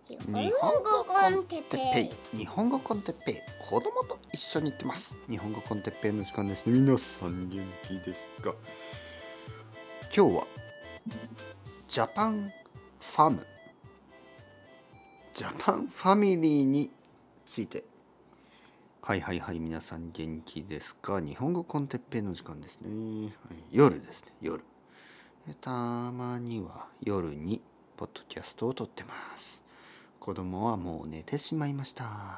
日本語コンテッペイ、日本語コンテッペイ、子供と一緒に行ってます。日本語コンテッペイの時間ですね。皆さん元気ですか？今日はジャパンファム、ジャパンファミリーについて。はい、皆さん元気ですか？日本語コンテッペイの時間ですね。夜ですね、夜。たまには夜にポッドキャストを撮ってます。子供はもう寝てしまいました。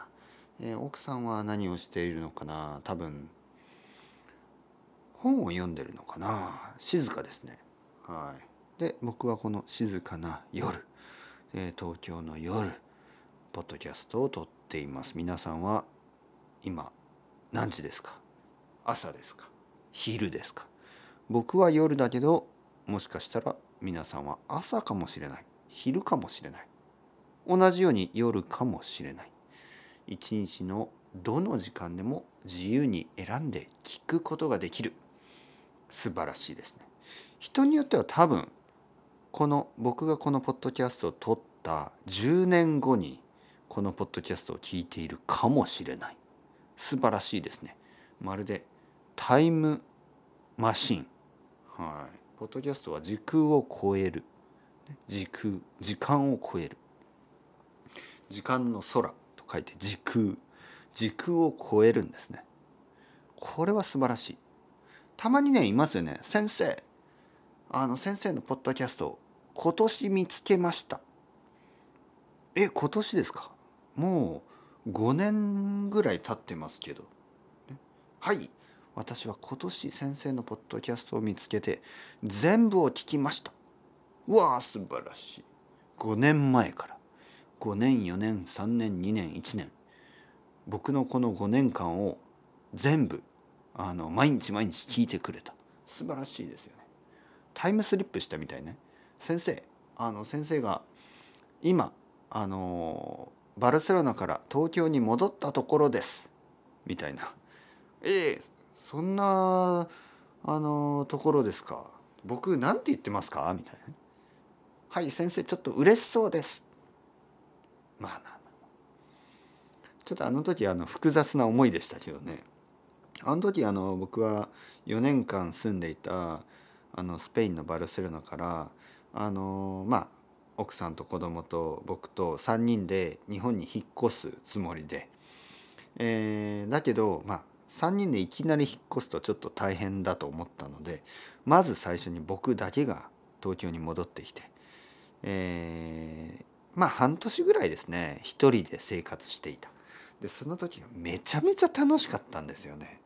奥さんは何をしているのかな？多分本を読んでるのかな？静かですね。はい。で、僕はこの静かな夜、東京の夜、ポッドキャストを撮っています。皆さんは今何時ですか？朝ですか？昼ですか？僕は夜だけど、もしかしたら皆さんは朝かもしれない、昼かもしれない、同じように夜かもしれない。一日のどの時間でも自由に選んで聞くことができる。素晴らしいですね。人によっては多分僕がこのポッドキャストを撮った10年後にこのポッドキャストを聞いているかもしれない。素晴らしいですね。まるでタイムマシン。はい。ポッドキャストは時空を超える。時間を超える。時間の空と書いて時空を超えるんですね。これは素晴らしい。たまにね、いますよね。先生のポッドキャスト今年見つけました。今年ですか？もう5年ぐらい経ってますけど。はい、私は今年先生のポッドキャストを見つけて全部を聞きました。うわー、素晴らしい。5年前から5年4年3年2年1年、僕のこの5年間を全部毎日聞いてくれた。素晴らしいですよね。タイムスリップしたみたいね。先生が今バルセロナから東京に戻ったところですみたいな。そんなところですか？僕なんて言ってますか？みたいな。はい、先生ちょっと嬉しそうです。まあちょっとあの時複雑な思いでしたけどね。あの時僕は4年間住んでいたスペインのバルセロナから奥さんと子供と僕と3人で日本に引っ越すつもりで、だけど3人でいきなり引っ越すとちょっと大変だと思ったので、まず最初に僕だけが東京に戻ってきて、半年ぐらいですね、一人で生活していた。でその時がめちゃめちゃ楽しかったんですよね。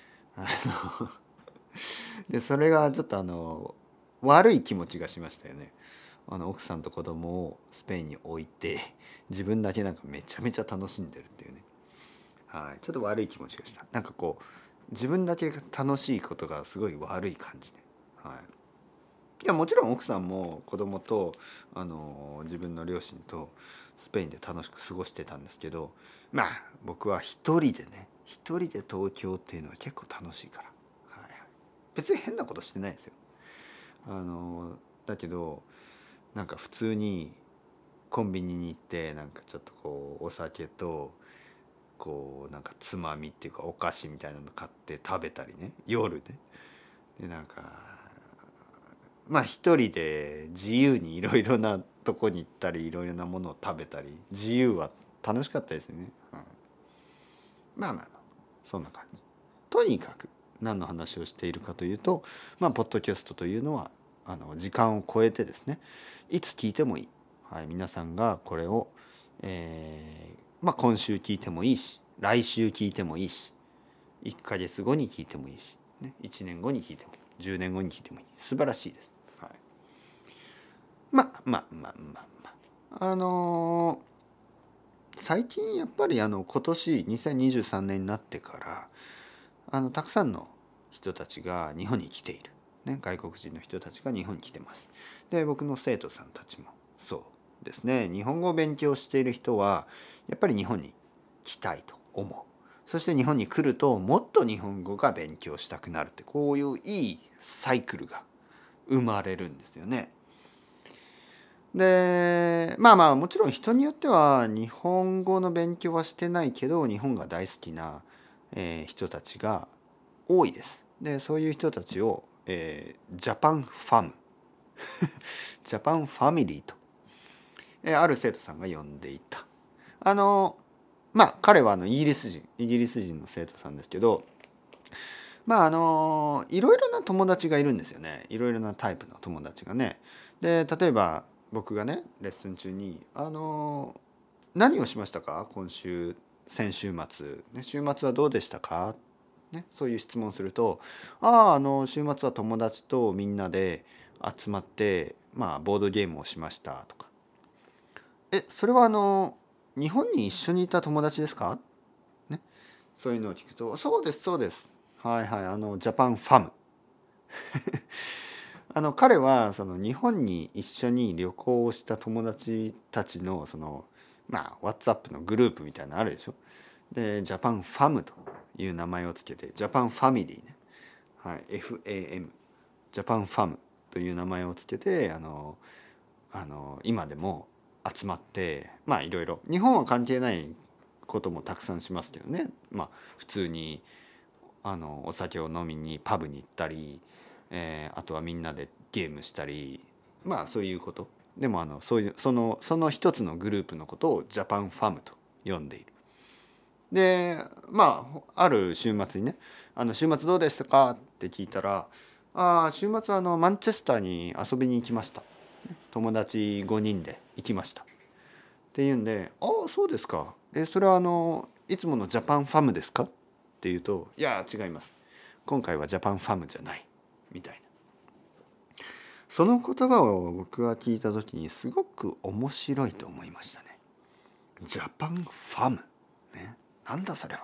でそれがちょっと悪い気持ちがしましたよね。奥さんと子供をスペインに置いて自分だけなんかめちゃめちゃ楽しんでるっていうね。はい、ちょっと悪い気持ちがした。なんかこう自分だけ楽しいことがすごい悪い感じで、はい、いやもちろん奥さんも子供と自分の両親とスペインで楽しく過ごしてたんですけど、僕は一人で東京っていうのは結構楽しいから、はい、別に変なことしてないですよ。だけどなんか普通にコンビニに行ってなんかちょっとこうお酒とこうなんかつまみっていうかお菓子みたいなの買って食べたりね、夜ね。でなんか一人で自由にいろいろなとこに行ったりいろいろなものを食べたり、自由は楽しかったですね。そんな感じ。とにかく何の話をしているかというと、ポッドキャストというのは時間を超えてですね、いつ聞いてもいい。はい、皆さんがこれを、今週聞いてもいいし、来週聞いてもいいし、1ヶ月後に聞いてもいいし、ね、1年後に聞いてもいい、10年後に聞いてもいい。素晴らしいです。はい、あのー最近やっぱり今年2023年になってからたくさんの人たちが日本に来ている、ね、外国人の人たちが日本に来てます。で僕の生徒さんたちもそうですね。日本語を勉強している人はやっぱり日本に来たいと思う。そして日本に来るともっと日本語が勉強したくなるって、こういういいサイクルが生まれるんですよね。でまあまあもちろん人によっては日本語の勉強はしてないけど日本が大好きな、人たちが多いです。でそういう人たちを、ジャパンファムジャパンファミリーと、ある生徒さんが呼んでいた。まあ彼はイギリス人の生徒さんですけど、まあいろいろな友達がいるんですよね。いろいろなタイプの友達がね。で例えば僕がねレッスン中に何をしましたか先週末、ね、週末はどうでしたか、ね、そういう質問すると週末は友達とみんなで集まってまあボードゲームをしましたとか、それは日本に一緒にいた友達ですか、ね、そういうのを聞くとそうですそうです、はいはい、ジャパンファム彼はその日本に一緒に旅行をした友達たちのまあ WhatsApp のグループみたいなのあるでしょ。でジャパンファムという名前をつけてジャパンファミリーね、はい、FAM ジャパンファムという名前をつけて今でも集まってまあいろいろ日本は関係ないこともたくさんしますけどね、まあ普通にお酒を飲みにパブに行ったり、あとはみんなでゲームしたりまあそういうことでもそういうその一つのグループのことをジャパンファムと呼んでいる。でまあある週末にね週末どうでしたかって聞いたら週末はマンチェスターに遊びに行きました、友達5人で行きましたっていうんでそうですか、それはいつものジャパンファムですかって言うといや違います、今回はジャパンファムじゃないみたいな。その言葉を僕が聞いた時にすごく面白いと思いましたね。ジャパンファム、ね、なんだそれは。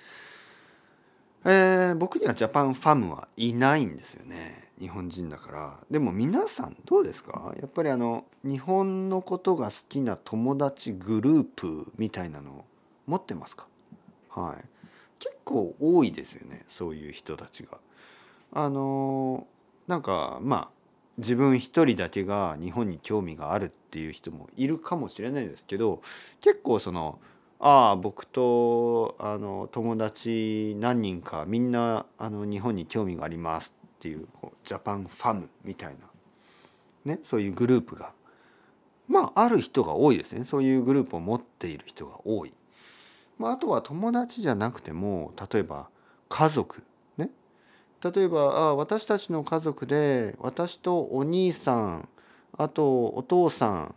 僕にはジャパンファムはいないんですよね、日本人だから。でも皆さんどうですか、やっぱり日本のことが好きな友達グループみたいなの持ってますか。はい、結構多いですよね、そういう人たちが。なんかまあ自分一人だけが日本に興味があるっていう人もいるかもしれないですけど、結構僕と友達何人かみんな日本に興味がありますっていう、ジャパンファムみたいな、ね、そういうグループがまあある人が多いですね。そういうグループを持っている人が多い。あとは友達じゃなくても例えば家族ね、例えば私たちの家族で私とお兄さんあとお父さん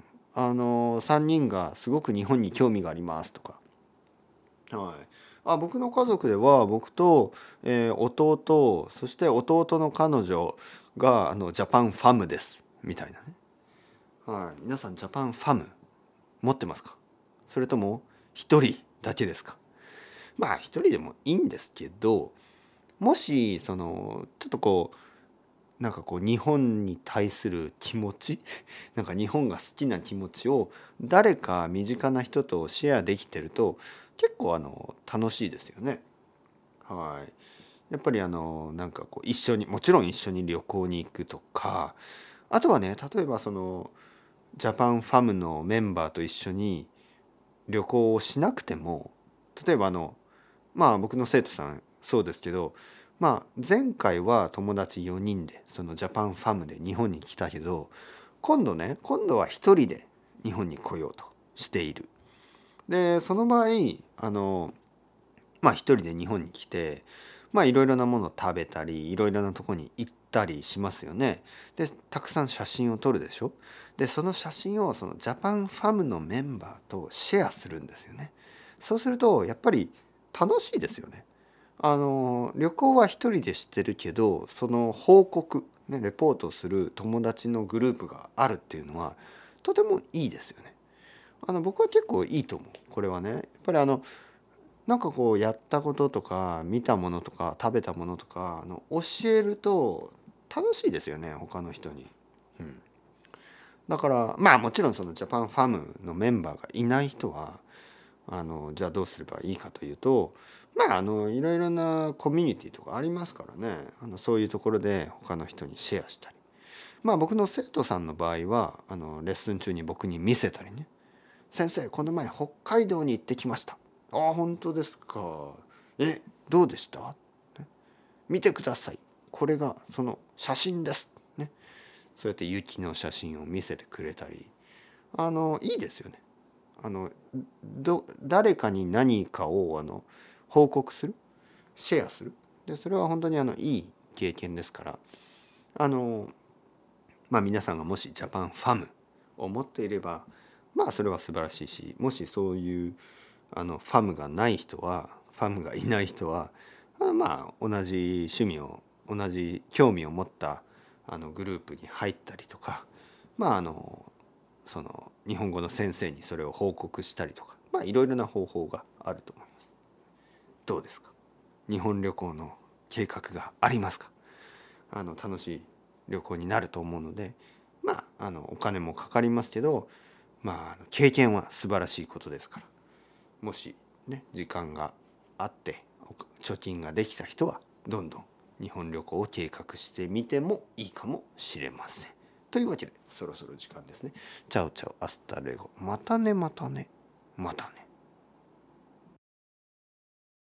3人がすごく日本に興味がありますとか、はい、僕の家族では僕と、弟そして弟の彼女がジャパンファムですみたいなね、はい、皆さんジャパンファム持ってますか、それとも一人だけですか。まあ一人でもいいんですけど、もしちょっとなんか日本に対する気持ちなんか日本が好きな気持ちを誰か身近な人とシェアできてると結構楽しいですよね。はい。やっぱりなんか一緒にもちろん一緒に旅行に行くとか、あとはね例えばジャパンファムのメンバーと一緒に旅行をしなくても、例えばまあ僕の生徒さんそうですけど、まあ前回は友達4人でそのジャパンファムで日本に来たけど、今度は一人で日本に来ようとしている。でその場合まあ一人で日本に来てまあいろいろなものを食べたりいろいろなとこに行ったりしますよね。でたくさん写真を撮るでしょ。でその写真をそのジャパンファムのメンバーとシェアするんですよね。そうするとやっぱり楽しいですよね。旅行は一人でしてるけどその報告、ね、レポートをする友達のグループがあるっていうのはとてもいいですよね。僕は結構いいと思う。これはねやっぱりなんかやったこととか見たものとか食べたものとか教えると楽しいですよね、他の人に。うん、だからまあもちろんそのジャパンファムのメンバーがいない人はじゃあどうすればいいかというと、まあいろいろなコミュニティとかありますからね、そういうところで他の人にシェアしたり、 僕の生徒さんの場合はレッスン中に僕に見せたりね、先生この前北海道に行ってきました。ああ本当ですか。どうでした？見てください。これがその写真です。ね。そうやって雪の写真を見せてくれたり、いいですよね。誰かに何かを報告する、シェアする。でそれは本当にいい経験ですから、皆さんがもしジャパンファムを持っていればそれは素晴らしいし、もしそういうファムがない人は、ファムがいない人は同じ趣味を、同じ興味を持ったグループに入ったりとか、その日本語の先生にそれを報告したりとか、いろいろな方法があると思います。どうですか？日本旅行の計画がありますか？楽しい旅行になると思うので、お金もかかりますけど、経験は素晴らしいことですから、もしね時間があって貯金ができた人はどんどん日本旅行を計画してみてもいいかもしれません。というわけでそろそろ時間ですね。チャオチャオアスタレゴ。またねまたねまたね。